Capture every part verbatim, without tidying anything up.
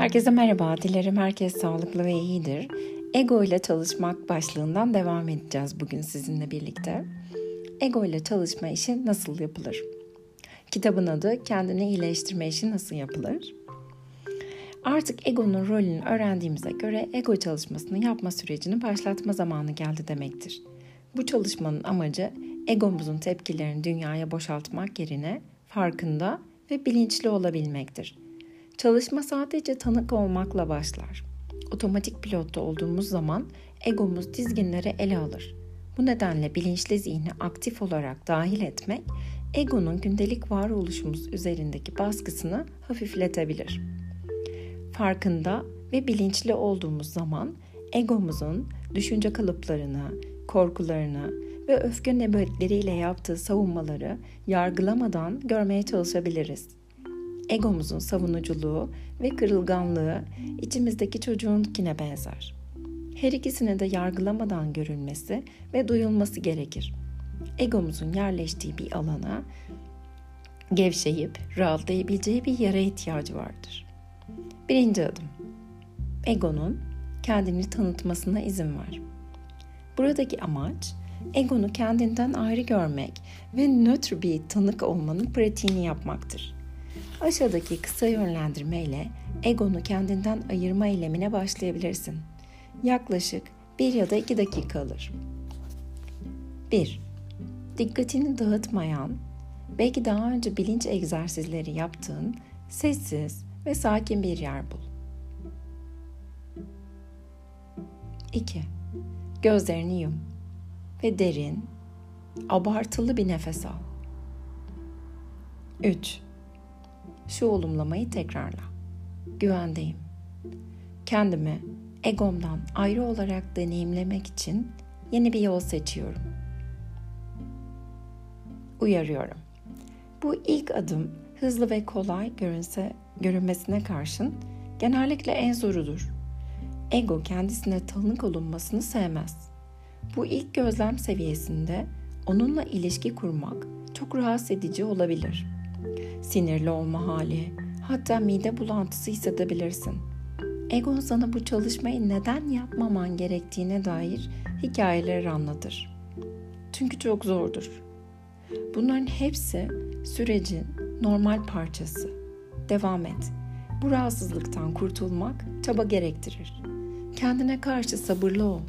Herkese merhaba, dilerim herkes sağlıklı ve iyidir. Ego ile çalışmak başlığından devam edeceğiz bugün sizinle birlikte. Ego ile çalışma işi nasıl yapılır? Kitabın adı Kendini iyileştirme işi nasıl yapılır? Artık egonun rolünü öğrendiğimize göre ego çalışmasını yapma sürecini başlatma zamanı geldi demektir. Bu çalışmanın amacı egomuzun tepkilerini dünyaya boşaltmak yerine farkında ve bilinçli olabilmektir. Çalışma sadece tanık olmakla başlar. Otomatik pilotta olduğumuz zaman egomuz dizginleri ele alır. Bu nedenle bilinçli zihni aktif olarak dahil etmek, egonun gündelik varoluşumuz üzerindeki baskısını hafifletebilir. Farkında ve bilinçli olduğumuz zaman egomuzun düşünce kalıplarını, korkularını ve öfke nöbetleriyle yaptığı savunmaları yargılamadan görmeye çalışabiliriz. Egomuzun savunuculuğu ve kırılganlığı içimizdeki çocuğunkine benzer. Her ikisini de yargılamadan görülmesi ve duyulması gerekir. Egomuzun yerleştiği bir alana gevşeyip rahatlayabileceği bir yere ihtiyacı vardır. Birinci adım. Egonun kendini tanıtmasına izin ver. Buradaki amaç, egonu kendinden ayrı görmek ve nötr bir tanık olmanın pratiğini yapmaktır. Aşağıdaki kısa yönlendirme ile egonu kendinden ayırma eylemine başlayabilirsin. Yaklaşık bir ya da iki dakika alır. bir. Dikkatini dağıtmayan, belki daha önce bilinç egzersizleri yaptığın sessiz ve sakin bir yer bul. iki. Gözlerini yum ve derin, abartılı bir nefes al. üç. Şu olumlamayı tekrarla. Güvendeyim. Kendimi egomdan ayrı olarak deneyimlemek için yeni bir yol seçiyorum. Uyarıyorum. Bu ilk adım hızlı ve kolay görünse, görünmesine karşın genellikle en zorudur. Ego kendisine tanık olunmasını sevmez. Bu ilk gözlem seviyesinde onunla ilişki kurmak çok rahatsız edici olabilir. Sinirli olma hali, hatta mide bulantısı hissedebilirsin. Egon sana bu çalışmayı neden yapmaman gerektiğine dair hikayeler anlatır. Çünkü çok zordur. Bunların hepsi sürecin normal parçası. Devam et. Bu rahatsızlıktan kurtulmak çaba gerektirir. Kendine karşı sabırlı ol.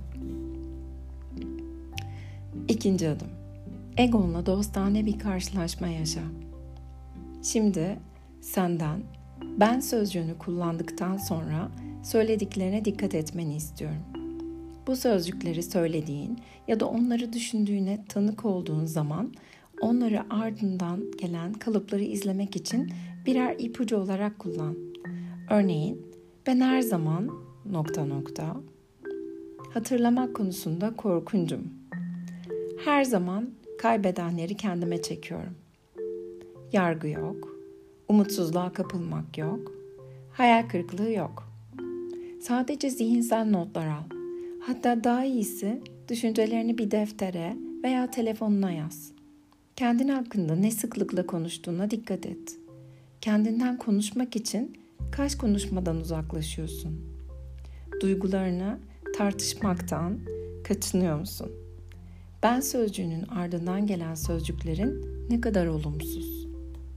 İkinci adım. Egonla dostane bir karşılaşma yaşa. Şimdi senden ben sözcüğünü kullandıktan sonra söylediklerine dikkat etmeni istiyorum. Bu sözcükleri söylediğin ya da onları düşündüğüne tanık olduğun zaman onları ardından gelen kalıpları izlemek için birer ipucu olarak kullan. Örneğin ben her zaman nokta nokta hatırlamak konusunda korkuncum. Her zaman kaybedenleri kendime çekiyorum. Yargı yok, umutsuzluğa kapılmak yok, hayal kırıklığı yok. Sadece zihinsel notlar al. Hatta daha iyisi düşüncelerini bir deftere veya telefonuna yaz. Kendin hakkında ne sıklıkla konuştuğuna dikkat et. Kendinden konuşmak için kaç konuşmadan uzaklaşıyorsun? Duygularını tartışmaktan kaçınıyor musun? Ben sözcüğünün ardından gelen sözcüklerin ne kadar olumsuz?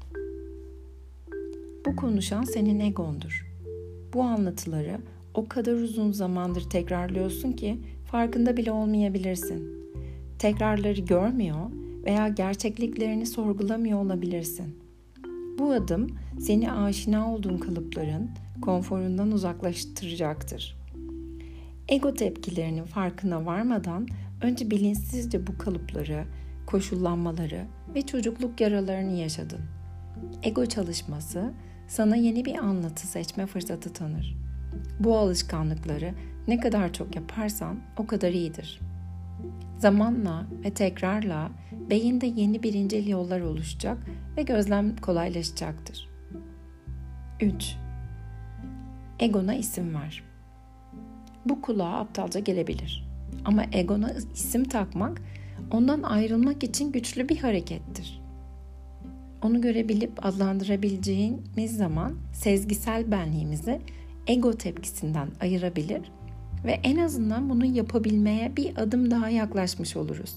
Bu konuşan senin egondur. Bu anlatıları o kadar uzun zamandır tekrarlıyorsun ki farkında bile olmayabilirsin. Tekrarları görmüyor veya gerçekliklerini sorgulamıyor olabilirsin. Bu adım seni aşina olduğun kalıpların konforundan uzaklaştıracaktır. Ego tepkilerinin farkına varmadan önce bilinçsizce bu kalıpları, koşullanmaları ve çocukluk yaralarını yaşadın. Ego çalışması sana yeni bir anlatı seçme fırsatı tanır. Bu alışkanlıkları ne kadar çok yaparsan o kadar iyidir. Zamanla ve tekrarla beyinde yeni birincil yollar oluşacak ve gözlem kolaylaşacaktır. üç. Egona isim ver. Bu kulağa aptalca gelebilir. Ama egona isim takmak, ondan ayrılmak için güçlü bir harekettir. Onu görebilip adlandırabileceğimiz zaman sezgisel benliğimizi ego tepkisinden ayırabilir ve en azından bunu yapabilmeye bir adım daha yaklaşmış oluruz.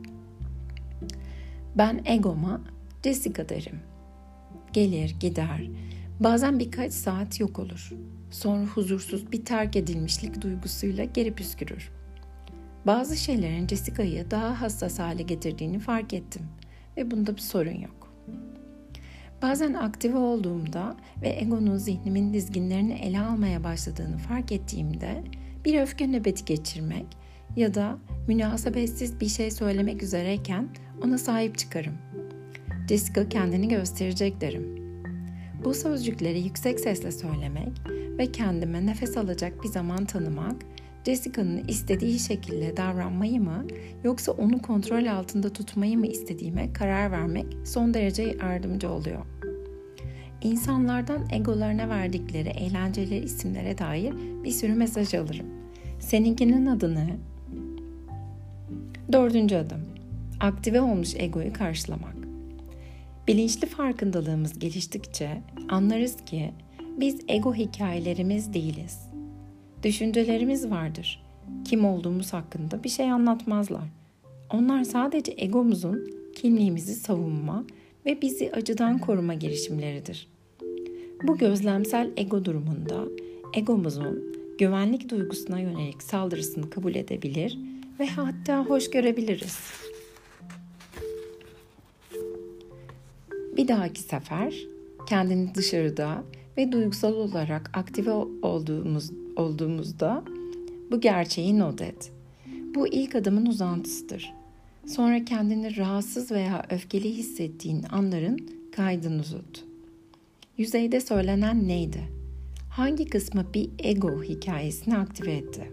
Ben egoma Jessica derim. Gelir gider, bazen birkaç saat yok olur. Sonra huzursuz bir terk edilmişlik duygusuyla geri püskürür. Bazı şeylerin Jessica'yı daha hassas hale getirdiğini fark ettim ve bunda bir sorun yok. Bazen aktive olduğumda ve egonun zihnimin dizginlerini ele almaya başladığını fark ettiğimde bir öfke nöbeti geçirmek ya da münasebetsiz bir şey söylemek üzereyken ona sahip çıkarım. Jessica kendini gösterecek derim. Bu sözcükleri yüksek sesle söylemek ve kendime nefes alacak bir zaman tanımak, Jessica'nın istediği şekilde davranmayı mı yoksa onu kontrol altında tutmayı mı istediğime karar vermek son derece yardımcı oluyor. İnsanlardan egolarına verdikleri eğlenceli isimlere dair bir sürü mesaj alırım. Seninkinin adı ne? Dördüncü adım. Aktive olmuş egoyu karşılamak. Bilinçli farkındalığımız geliştikçe anlarız ki biz ego hikayelerimiz değiliz. Düşüncelerimiz vardır. Kim olduğumuz hakkında bir şey anlatmazlar. Onlar sadece egomuzun kimliğimizi savunma ve bizi acıdan koruma girişimleridir. Bu gözlemsel ego durumunda egomuzun güvenlik duygusuna yönelik saldırısını kabul edebilir ve hatta hoş görebiliriz. Bir dahaki sefer kendini dışarıda ve duygusal olarak aktive olduğumuz, olduğumuzda bu gerçeği not et. Bu ilk adımın uzantısıdır. Sonra kendini rahatsız veya öfkeli hissettiğin anların kaydını tut. Yüzeyde söylenen neydi? Hangi kısmı bir ego hikayesini aktive etti?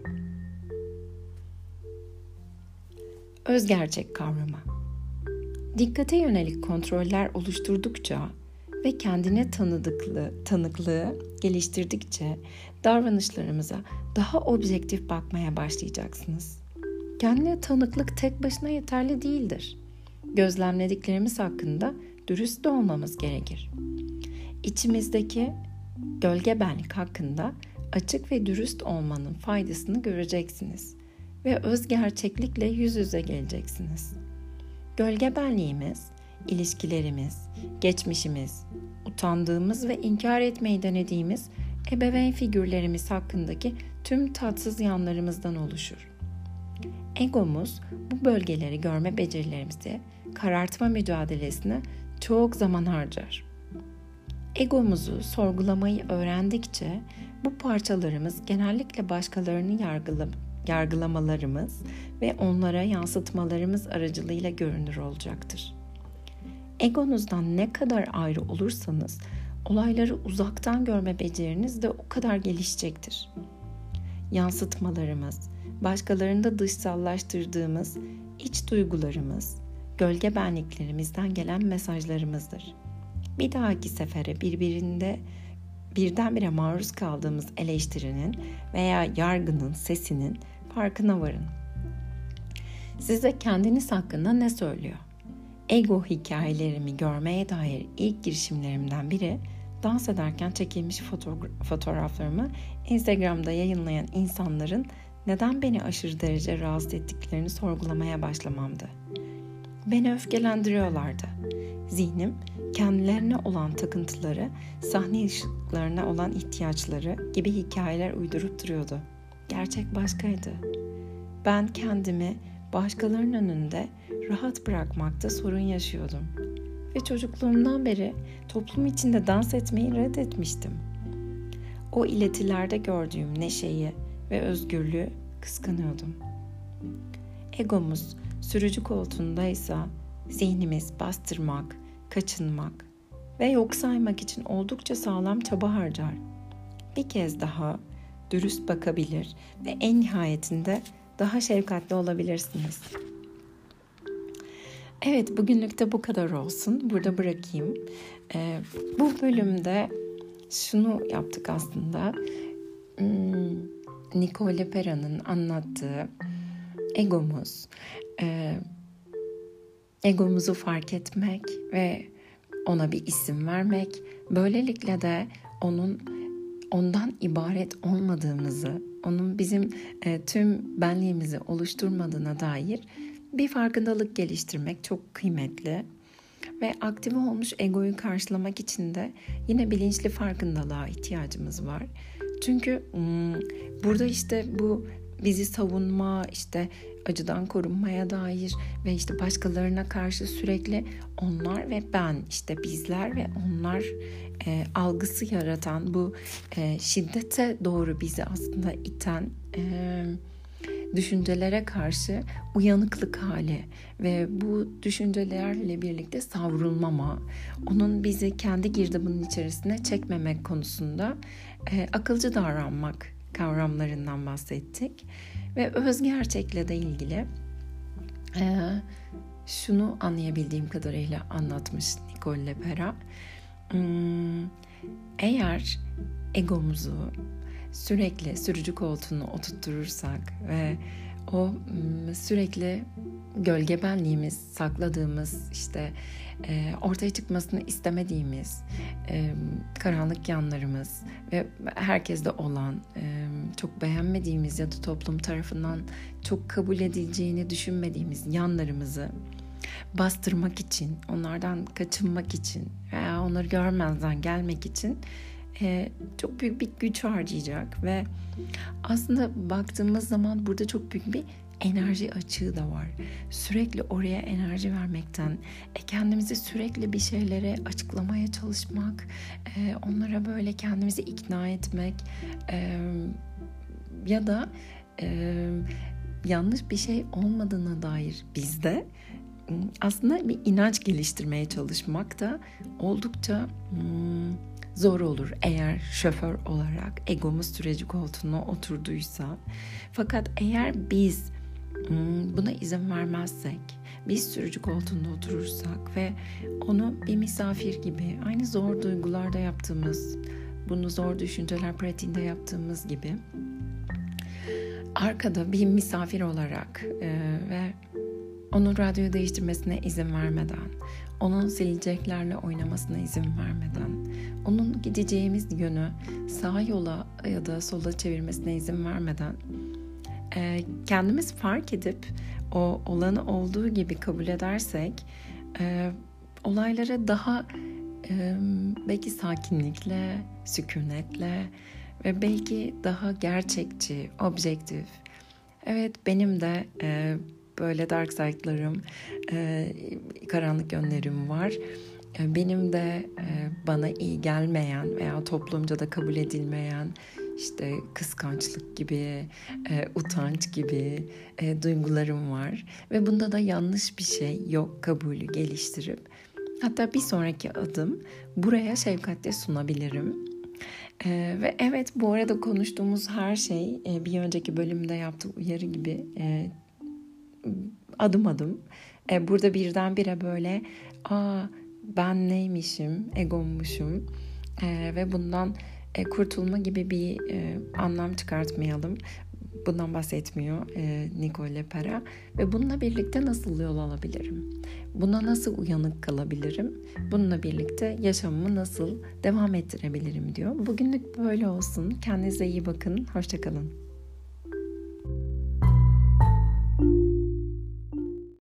Özgerçek kavramı. Dikkate yönelik kontroller oluşturdukça ve kendine tanıdıklığı, tanıklığı geliştirdikçe davranışlarımıza daha objektif bakmaya başlayacaksınız. Kendine tanıklık tek başına yeterli değildir. Gözlemlediklerimiz hakkında dürüst de olmamız gerekir. İçimizdeki gölge benlik hakkında açık ve dürüst olmanın faydasını göreceksiniz ve öz gerçeklikle yüz yüze geleceksiniz. Gölge benliğimiz, ilişkilerimiz, geçmişimiz, utandığımız ve inkar etmeyi denediğimiz ebeveyn figürlerimiz hakkındaki tüm tatsız yanlarımızdan oluşur. Egomuz bu bölgeleri görme becerilerimizi karartma mücadelesine çok zaman harcar. Egomuzu sorgulamayı öğrendikçe bu parçalarımız genellikle başkalarını yargıla, yargılamalarımız ve onlara yansıtmalarımız aracılığıyla görünür olacaktır. Egonuzdan ne kadar ayrı olursanız olayları uzaktan görme beceriniz de o kadar gelişecektir. Yansıtmalarımız, başkalarında dışsallaştırdığımız iç duygularımız, gölge benliklerimizden gelen mesajlarımızdır. Bir dahaki sefere birbirinde birdenbire maruz kaldığımız eleştirinin veya yargının sesinin farkına varın. Size kendiniz hakkında ne söylüyor? Ego hikayelerimi görmeye dair ilk girişimlerimden biri dans ederken çekilmiş fotoğraf- fotoğraflarımı Instagram'da yayınlayan insanların neden beni aşırı derece rahatsız ettiklerini sorgulamaya başlamamdı. Beni öfkelendiriyorlardı. Zihnim kendilerine olan takıntıları, sahne ışıklarına olan ihtiyaçları gibi hikayeler uydurup duruyordu. Gerçek başkaydı. Ben kendimi başkalarının önünde rahat bırakmakta sorun yaşıyordum. Ve çocukluğumdan beri toplum içinde dans etmeyi reddetmiştim. O iletilerde gördüğüm neşeyi ve özgürlüğü kıskanıyordum. Egomuz sürücü koltuğundaysa zihnimiz bastırmak, kaçınmak ve yok saymak için oldukça sağlam çaba harcar. Bir kez daha dürüst bakabilir ve en nihayetinde daha şefkatli olabilirsiniz. Evet, bugünlük de bu kadar olsun. Burada bırakayım. Ee, bu bölümde şunu yaptık aslında. Hmm, Nicole Pera'nın anlattığı egomuz, e, egomuzu fark etmek ve ona bir isim vermek, böylelikle de onun ondan ibaret olmadığımızı, onun bizim e, tüm benliğimizi oluşturmadığına dair bir farkındalık geliştirmek çok kıymetli. Ve aktive olmuş egoyu karşılamak için de yine bilinçli farkındalığa ihtiyacımız var. Çünkü hmm, burada işte bu bizi savunma, işte acıdan korunmaya dair ve işte başkalarına karşı sürekli onlar ve ben, işte bizler ve onlar e, algısı yaratan, bu e, şiddete doğru bizi aslında iten e, düşüncelere karşı uyanıklık hali ve bu düşüncelerle birlikte savrulmama, onun bizi kendi girdabının içerisine çekmemek konusunda e, akılcı davranmak kavramlarından bahsettik. Ve öz gerçekle de ilgili e, şunu anlayabildiğim kadarıyla anlatmış Nicole Lepera. Hmm, eğer egomuzu sürekli sürücü koltuğuna oturtturursak ve o sürekli gölge benliğimiz, sakladığımız, işte e, ortaya çıkmasını istemediğimiz e, karanlık yanlarımız ve herkeste olan e, çok beğenmediğimiz ya da toplum tarafından çok kabul edileceğini düşünmediğimiz yanlarımızı bastırmak için, onlardan kaçınmak için veya onları görmezden gelmek için Ee, çok büyük bir güç harcayacak ve aslında baktığımız zaman burada çok büyük bir enerji açığı da var. Sürekli oraya enerji vermekten, e, kendimizi sürekli bir şeylere açıklamaya çalışmak, e, onlara böyle kendimizi ikna etmek e, ya da e, yanlış bir şey olmadığına dair bizde aslında bir inanç geliştirmeye çalışmak da oldukça hmm, zor olur eğer şoför olarak egomuz sürücü koltuğuna oturduysa. Fakat eğer biz buna izin vermezsek, biz sürücü koltuğunda oturursak ve onu bir misafir gibi, aynı zor duygularda yaptığımız, bunu zor düşünceler pratiğinde yaptığımız gibi arkada bir misafir olarak e, ve onun radyoyu değiştirmesine izin vermeden, onun sileceklerle oynamasına izin vermeden, onun gideceğimiz yönü sağa yola ya da sola çevirmesine izin vermeden e, kendimiz fark edip o olanı olduğu gibi kabul edersek e, olaylara daha e, belki sakinlikle, sükunetle ve belki daha gerçekçi, objektif. Evet, benim de e, böyle dark side'larım, e, karanlık yönlerim var. E, benim de e, bana iyi gelmeyen veya toplumca da kabul edilmeyen işte kıskançlık gibi, e, utanç gibi e, duygularım var. Ve bunda da yanlış bir şey yok, kabulü geliştirip hatta bir sonraki adım buraya şefkatle sunabilirim. Ee, ve evet, bu arada konuştuğumuz her şey e, bir önceki bölümde yaptığı uyarı gibi e, adım adım. E, burada birdenbire böyle aa ben neymişim, egommuşum e, ve bundan e, kurtulma gibi bir e, anlam çıkartmayalım. Bundan bahsetmiyor e, Nicole Lepera. Ve bununla birlikte nasıl yol alabilirim? Buna nasıl uyanık kalabilirim? Bununla birlikte yaşamımı nasıl devam ettirebilirim diyor. Bugünlük böyle olsun. Kendinize iyi bakın. Hoşça kalın.